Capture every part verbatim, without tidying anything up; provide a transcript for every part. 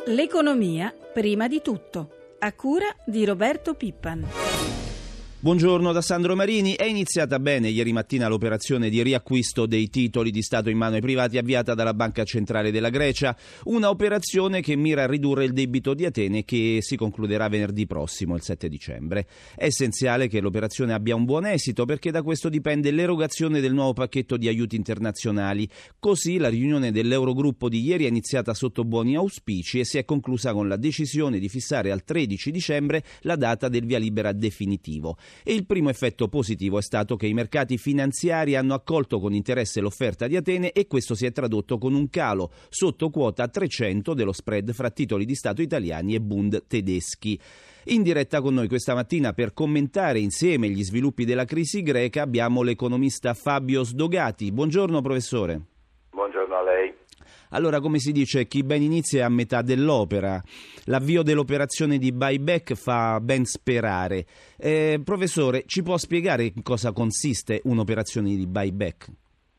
L'economia prima di tutto, a cura di Roberto Pippan. Buongiorno da Sandro Marini. È iniziata bene ieri mattina l'operazione di riacquisto dei titoli di Stato in mano ai privati avviata dalla Banca Centrale della Grecia, una operazione che mira a ridurre il debito di Atene che si concluderà venerdì prossimo, il sette dicembre. È essenziale che l'operazione abbia un buon esito perché da questo dipende l'erogazione del nuovo pacchetto di aiuti internazionali. Così la riunione dell'Eurogruppo di ieri è iniziata sotto buoni auspici e si è conclusa con la decisione di fissare al tredici dicembre la data del via libera definitivo. E il primo effetto positivo è stato che i mercati finanziari hanno accolto con interesse l'offerta di Atene e questo si è tradotto con un calo sotto quota trecento dello spread fra titoli di Stato italiani e Bund tedeschi. In diretta con noi questa mattina per commentare insieme gli sviluppi della crisi greca abbiamo l'economista Fabio Sdogati. Buongiorno professore. Buongiorno a lei. Allora, come si dice, chi ben inizia è a metà dell'opera. L'avvio dell'operazione di buyback fa ben sperare. Eh, professore, ci può spiegare in cosa consiste un'operazione di buyback?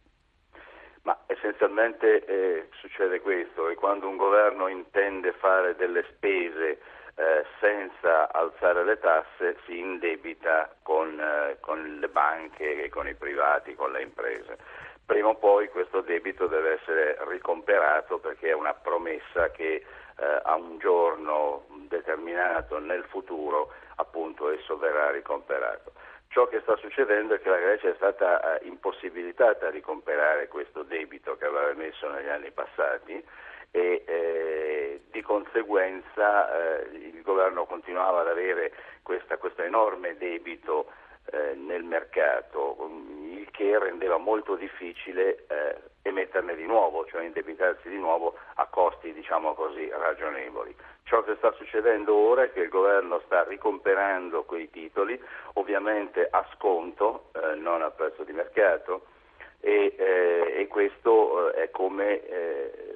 Ma essenzialmente eh, succede questo, che quando un governo intende fare delle spese eh, senza alzare le tasse si indebita con, eh, con le banche e con i privati, con le imprese. Prima o poi questo debito deve essere ricomperato perché è una promessa che eh, a un giorno determinato nel futuro appunto esso verrà ricomperato. Ciò che sta succedendo è che la Grecia è stata eh, impossibilitata a ricomperare questo debito che aveva emesso negli anni passati e eh, di conseguenza eh, il governo continuava ad avere questa, questo enorme debito eh, nel mercato, il che rendeva molto difficile eh, emetterne di nuovo, cioè indebitarsi di nuovo a costi, diciamo così, ragionevoli. Ciò che sta succedendo ora è che il governo sta ricomperando quei titoli, ovviamente a sconto, eh, non a prezzo di mercato, e, eh, e questo eh, è come eh,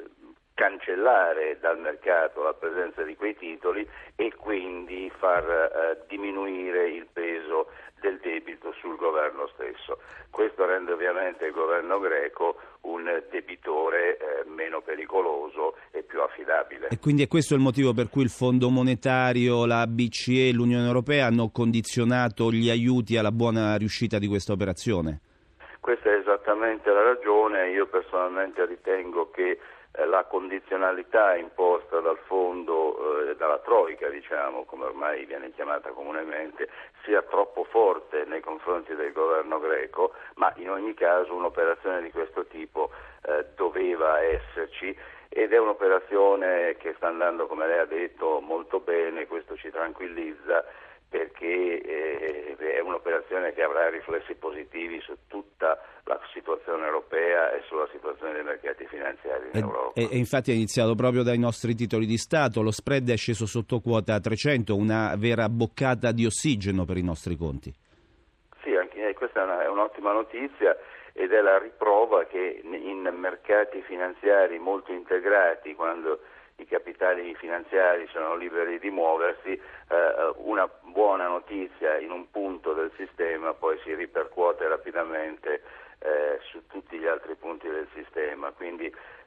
cancellare dal mercato la presenza di quei titoli e quindi far eh, diminuire il peso del debito sul governo stesso. Questo rende ovviamente il governo greco un debitore eh, meno pericoloso e più affidabile. E quindi è questo il motivo per cui il Fondo Monetario, la B C E e l'Unione Europea hanno condizionato gli aiuti alla buona riuscita di questa operazione? Questa è esattamente la ragione. Io personalmente ritengo che eh, la condizionalità imposta dal fondo, eh, dalla Troica, diciamo, come ormai viene chiamata comunemente, sia troppo forte nei confronti del governo greco, ma in ogni caso un'operazione di questo tipo eh, doveva esserci ed è un'operazione che sta andando, come lei ha detto, molto bene. Questo ci tranquillizza perché eh, è un'operazione che avrà riflessi positivi su tutta la situazione europea e sulla situazione dei mercati finanziari in e, Europa. E, e infatti è iniziato proprio dai nostri titoli di Stato, lo spread è sceso sotto quota trecento, una vera boccata di ossigeno per i nostri conti. Sì, anche questa è, una, è un'ottima notizia ed è la riprova che in mercati finanziari molto integrati, quando i capitali finanziari sono liberi di muoversi, eh, una buona notizia in un punto del sistema poi si ripercuote rapidamente eh, su tutti gli altri punti del sistema, quindi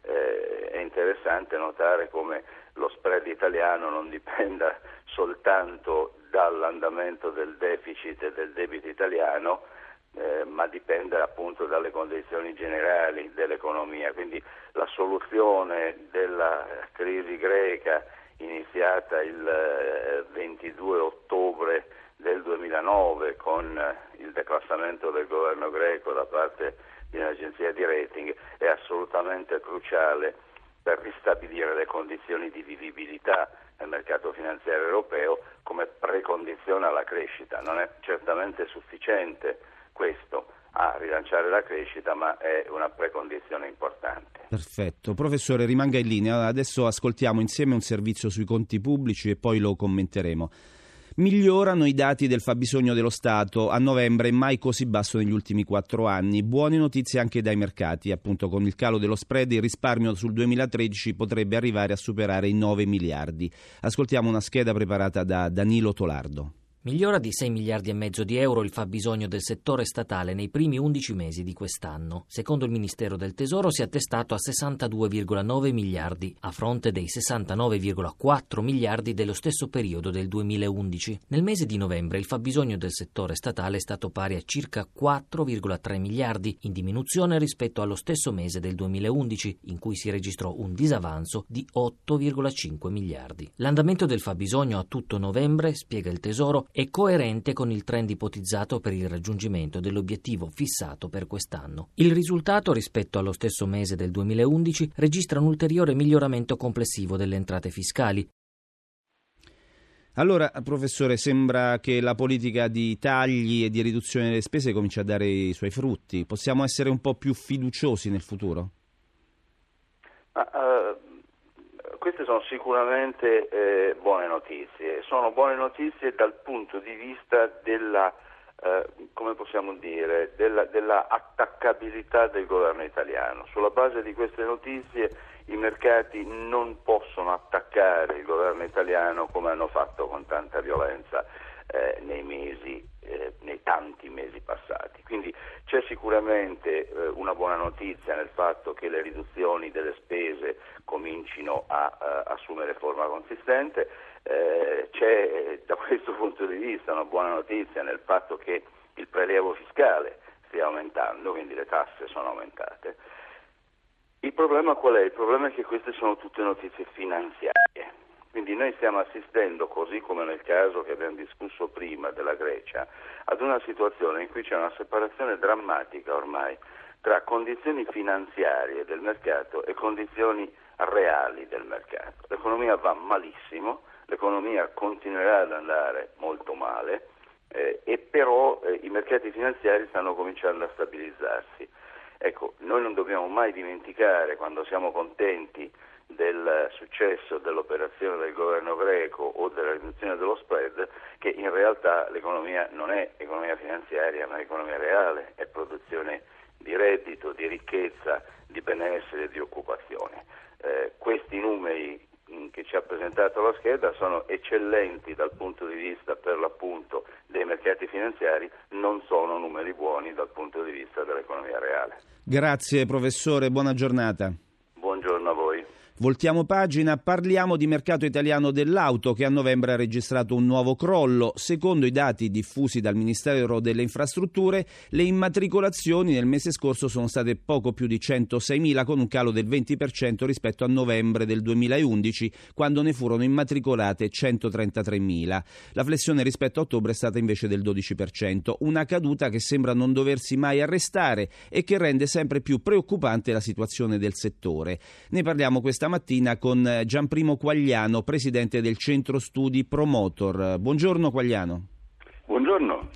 eh, è interessante notare come lo spread italiano non dipenda soltanto dall'andamento del deficit e del debito italiano, Eh, ma dipende appunto dalle condizioni generali dell'economia. Quindi la soluzione della crisi greca iniziata il eh, ventidue ottobre del duemilanove con eh, il declassamento del governo greco da parte di un'agenzia di rating è assolutamente cruciale per ristabilire le condizioni di vivibilità nel mercato finanziario europeo come precondizione alla crescita. Non è certamente sufficiente questo a rilanciare la crescita, ma è una precondizione importante. Perfetto. Professore, rimanga in linea. Adesso ascoltiamo insieme un servizio sui conti pubblici e poi lo commenteremo. Migliorano i dati del fabbisogno dello Stato. A novembre mai così basso negli ultimi quattro anni. Buone notizie anche dai mercati. Appunto, con il calo dello spread il risparmio sul duemilatredici potrebbe arrivare a superare i nove miliardi. Ascoltiamo una scheda preparata da Danilo Tolardo. Migliora di sei miliardi e mezzo di euro il fabbisogno del settore statale nei primi undici mesi di quest'anno. Secondo il Ministero del Tesoro si è attestato a sessantadue virgola nove miliardi, a fronte dei sessantanove virgola quattro miliardi dello stesso periodo del duemilaundici. Nel mese di novembre il fabbisogno del settore statale è stato pari a circa quattro virgola tre miliardi, in diminuzione rispetto allo stesso mese del duemilaundici, in cui si registrò un disavanzo di otto virgola cinque miliardi. L'andamento del fabbisogno a tutto novembre, spiega il Tesoro, è coerente con il trend ipotizzato per il raggiungimento dell'obiettivo fissato per quest'anno. Il risultato, rispetto allo stesso mese del duemilaundici, registra un ulteriore miglioramento complessivo delle entrate fiscali. Allora, professore, sembra che la politica di tagli e di riduzione delle spese comincia a dare i suoi frutti. Possiamo essere un po' più fiduciosi nel futuro? Ma, uh... Queste sono sicuramente eh, buone notizie, sono buone notizie dal punto di vista della, eh, come possiamo dire, della, della attaccabilità del governo italiano. Sulla base di queste notizie i mercati non possono attaccare il governo italiano come hanno fatto con tanta violenza eh, nei mesi, eh, nei tanti mesi passati. Quindi c'è sicuramente eh, una buona notizia nel fatto che le riduzioni delle spese comincino a, a assumere forma consistente, eh, c'è da questo punto di vista una buona notizia nel fatto che il prelievo fiscale stia aumentando, quindi le tasse sono aumentate. Il problema qual è? Il problema è che queste sono tutte notizie finanziarie. Quindi noi stiamo assistendo, così come nel caso che abbiamo discusso prima della Grecia, ad una situazione in cui c'è una separazione drammatica ormai tra condizioni finanziarie del mercato e condizioni reali del mercato. L'economia va malissimo, l'economia continuerà ad andare molto male eh, e però eh, i mercati finanziari stanno cominciando a stabilizzarsi. Ecco, noi non dobbiamo mai dimenticare, quando siamo contenti del successo dell'operazione del governo greco o della riduzione dello spread, che in realtà l'economia non è economia finanziaria ma è economia reale, è produzione di reddito, di ricchezza, di benessere e di occupazione. Eh, questi numeri mh, che ci ha presentato la scheda sono eccellenti dal punto di vista per l'appunto dei mercati finanziari, non sono numeri buoni dal punto di vista dell'economia reale. Grazie professore, buona giornata. Buongiorno a voi. Voltiamo pagina, parliamo di mercato italiano dell'auto che a novembre ha registrato un nuovo crollo. Secondo i dati diffusi dal Ministero delle Infrastrutture, le immatricolazioni nel mese scorso sono state poco più di centoseimila, con un calo del venti per cento rispetto a novembre del duemilaundici, quando ne furono immatricolate centotrentatremila. La flessione rispetto a ottobre è stata invece del dodici per cento, una caduta che sembra non doversi mai arrestare e che rende sempre più preoccupante la situazione del settore. Ne parliamo questa mattina con Gianprimo Quagliano, presidente del centro studi Promotor. Buongiorno Quagliano. Buongiorno.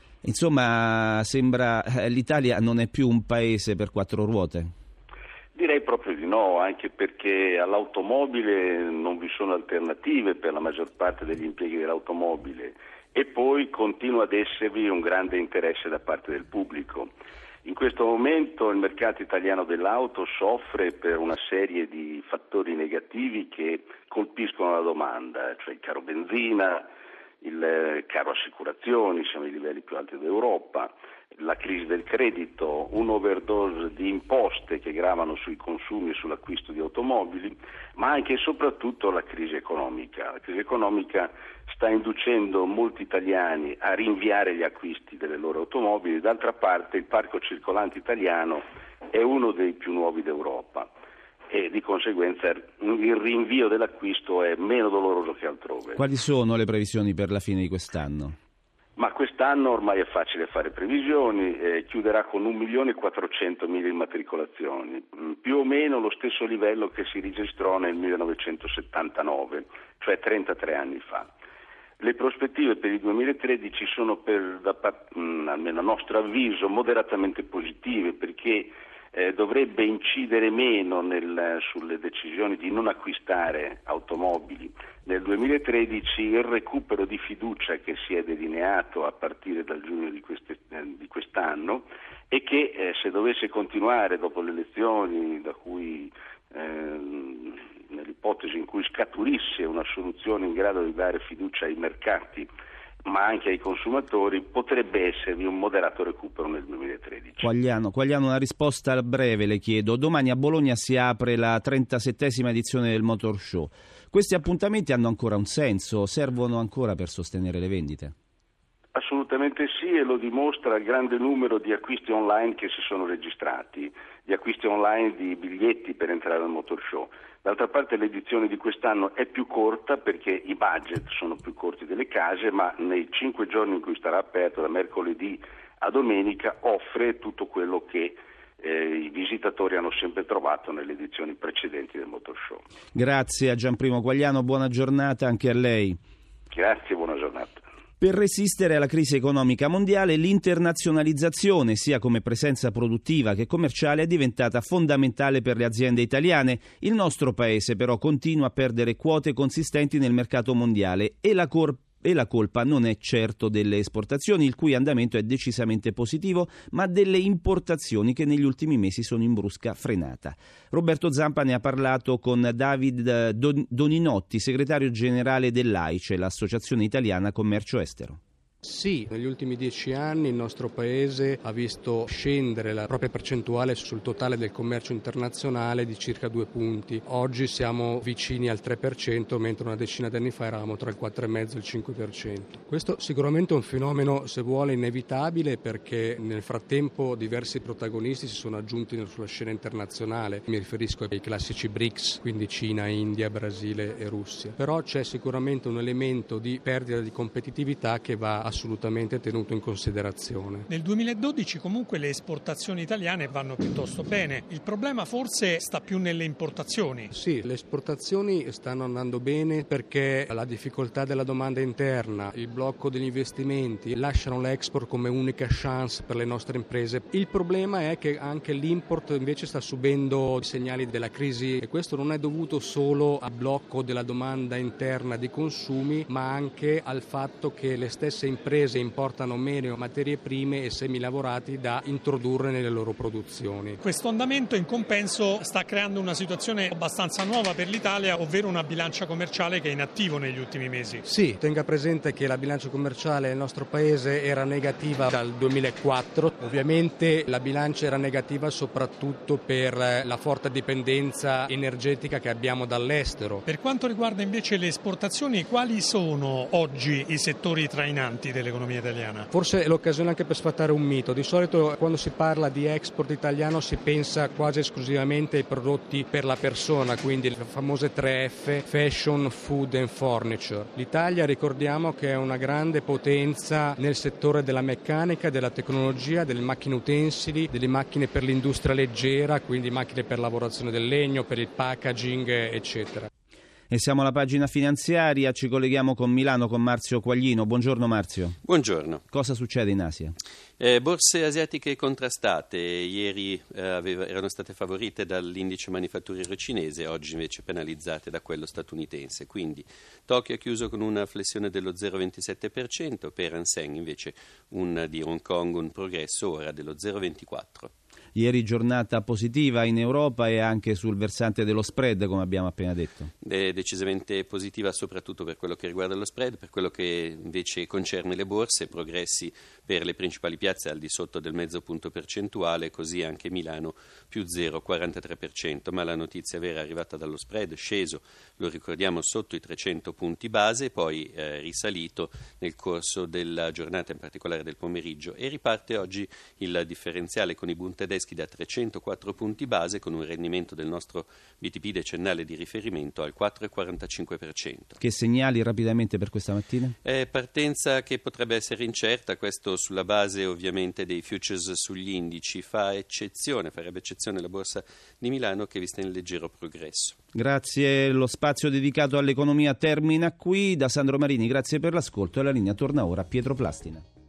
Insomma, sembra l'Italia non è più un paese per quattro ruote. Direi proprio di no, anche perché all'automobile non vi sono alternative per la maggior parte degli impieghi dell'automobile e poi continua ad esservi un grande interesse da parte del pubblico. In questo momento il mercato italiano dell'auto soffre per una serie di fattori negativi che colpiscono la domanda, cioè il caro benzina, il caro assicurazioni, siamo ai livelli più alti d'Europa, la crisi del credito, un'overdose di imposte che gravano sui consumi e sull'acquisto di automobili, ma anche e soprattutto la crisi economica. La crisi economica sta inducendo molti italiani a rinviare gli acquisti delle loro automobili. D'altra parte il parco circolante italiano è uno dei più nuovi d'Europa e di conseguenza il rinvio dell'acquisto è meno doloroso che altrove. Quali sono le previsioni per la fine di quest'anno? Ma quest'anno ormai è facile fare previsioni, eh, chiuderà con un milione e quattrocentomila immatricolazioni, mh, più o meno lo stesso livello che si registrò nel millenovecentosettantanove, cioè trentatré anni fa. Le prospettive per il duemilatredici sono, per, da, mh, almeno a nostro avviso, moderatamente positive, perché eh, dovrebbe incidere meno nel, sulle decisioni di non acquistare automobili nel duemilatredici il recupero di fiducia che si è delineato a partire dal giugno di, queste, eh, di quest'anno e che eh, se dovesse continuare dopo le elezioni, da cui eh, nell'ipotesi in cui scaturisse una soluzione in grado di dare fiducia ai mercati ma anche ai consumatori, potrebbe esservi un moderato recupero nel duemilatredici. Quagliano, Quagliano, una risposta a breve le chiedo. Domani a Bologna si apre la trentasettesima edizione del Motor Show. Questi appuntamenti hanno ancora un senso? Servono ancora per sostenere le vendite? Assolutamente sì, e lo dimostra il grande numero di acquisti online che si sono registrati, di acquisti online di biglietti per entrare al Motor Show. D'altra parte l'edizione di quest'anno è più corta perché i budget sono più corti delle case, ma nei cinque giorni in cui starà aperto, da mercoledì a domenica, offre tutto quello che eh, i visitatori hanno sempre trovato nelle edizioni precedenti del Motor Show. Grazie a Gianprimo Quagliano, buona giornata anche a lei. Grazie, buona giornata. Per resistere alla crisi economica mondiale, l'internazionalizzazione, sia come presenza produttiva che commerciale, è diventata fondamentale per le aziende italiane. Il nostro paese però continua a perdere quote consistenti nel mercato mondiale e la cor- E la colpa non è certo delle esportazioni, il cui andamento è decisamente positivo, ma delle importazioni che negli ultimi mesi sono in brusca frenata. Roberto Zampa ne ha parlato con David Doninotti, segretario generale dell'A I C E, l'Associazione Italiana Commercio Estero. Sì, negli ultimi dieci anni il nostro Paese ha visto scendere la propria percentuale sul totale del commercio internazionale di circa due punti. Oggi siamo vicini al tre per cento, mentre una decina di anni fa eravamo tra il quattro virgola cinque e il cinque per cento. Questo sicuramente è un fenomeno, se vuole, inevitabile, perché nel frattempo diversi protagonisti si sono aggiunti sulla scena internazionale. Mi riferisco ai classici B R I C S, quindi Cina, India, Brasile e Russia. Però c'è sicuramente un elemento di perdita di competitività che va assolutamente tenuto in considerazione. Nel duemiladodici comunque le esportazioni italiane vanno piuttosto bene. Il problema forse sta più nelle importazioni. Sì, le esportazioni stanno andando bene perché la difficoltà della domanda interna, il blocco degli investimenti lasciano l'export come unica chance per le nostre imprese. Il problema è che anche l'import invece sta subendo i segnali della crisi, e questo non è dovuto solo al blocco della domanda interna di consumi, ma anche al fatto che le stesse imprese imprese importano meno materie prime e semilavorati da introdurre nelle loro produzioni. Questo andamento in compenso sta creando una situazione abbastanza nuova per l'Italia, ovvero una bilancia commerciale che è in attivo negli ultimi mesi. Sì, tenga presente che la bilancia commerciale nel nostro paese era negativa dal duemilaquattro. Ovviamente la bilancia era negativa soprattutto per la forte dipendenza energetica che abbiamo dall'estero. Per quanto riguarda invece le esportazioni, quali sono oggi i settori trainanti dell'economia italiana? Forse è l'occasione anche per sfatare un mito. Di solito quando si parla di export italiano si pensa quasi esclusivamente ai prodotti per la persona, quindi le famose tre F, fashion, food and furniture. L'Italia, ricordiamo, che è una grande potenza nel settore della meccanica, della tecnologia, delle macchine utensili, delle macchine per l'industria leggera, quindi macchine per lavorazione del legno, per il packaging, eccetera. E siamo alla pagina finanziaria, ci colleghiamo con Milano con Marzio Quaglino. Buongiorno Marzio. Buongiorno. Cosa succede in Asia? Eh, borse asiatiche contrastate, ieri eh, aveva, erano state favorite dall'indice manifatturiero cinese, oggi invece penalizzate da quello statunitense. Quindi Tokyo ha chiuso con una flessione dello zero virgola ventisette per cento, per Hang Seng invece un, di Hong Kong un progresso ora dello zero virgola ventiquattro per cento. Ieri giornata positiva in Europa e anche sul versante dello spread, come abbiamo appena detto. È decisamente positiva soprattutto per quello che riguarda lo spread, per quello che invece concerne le borse, progressi per le principali piazze al di sotto del mezzo punto percentuale, così anche Milano più zero virgola quarantatré per cento, ma la notizia vera è arrivata dallo spread, sceso, lo ricordiamo, sotto i trecento punti base, poi eh, risalito nel corso della giornata, in particolare del pomeriggio, e riparte oggi il differenziale con i Bund tedeschi da trecentoquattro punti base, con un rendimento del nostro B T P decennale di riferimento al quattro virgola quarantacinque per cento. Che segnali rapidamente per questa mattina? Eh, partenza che potrebbe essere incerta, questo sulla base ovviamente dei futures sugli indici, fa eccezione, farebbe eccezione la borsa di Milano che vista in leggero progresso. Grazie, lo spazio dedicato all'economia termina qui. Da Sandro Marini, grazie per l'ascolto e la linea torna ora a Pietro Plastina.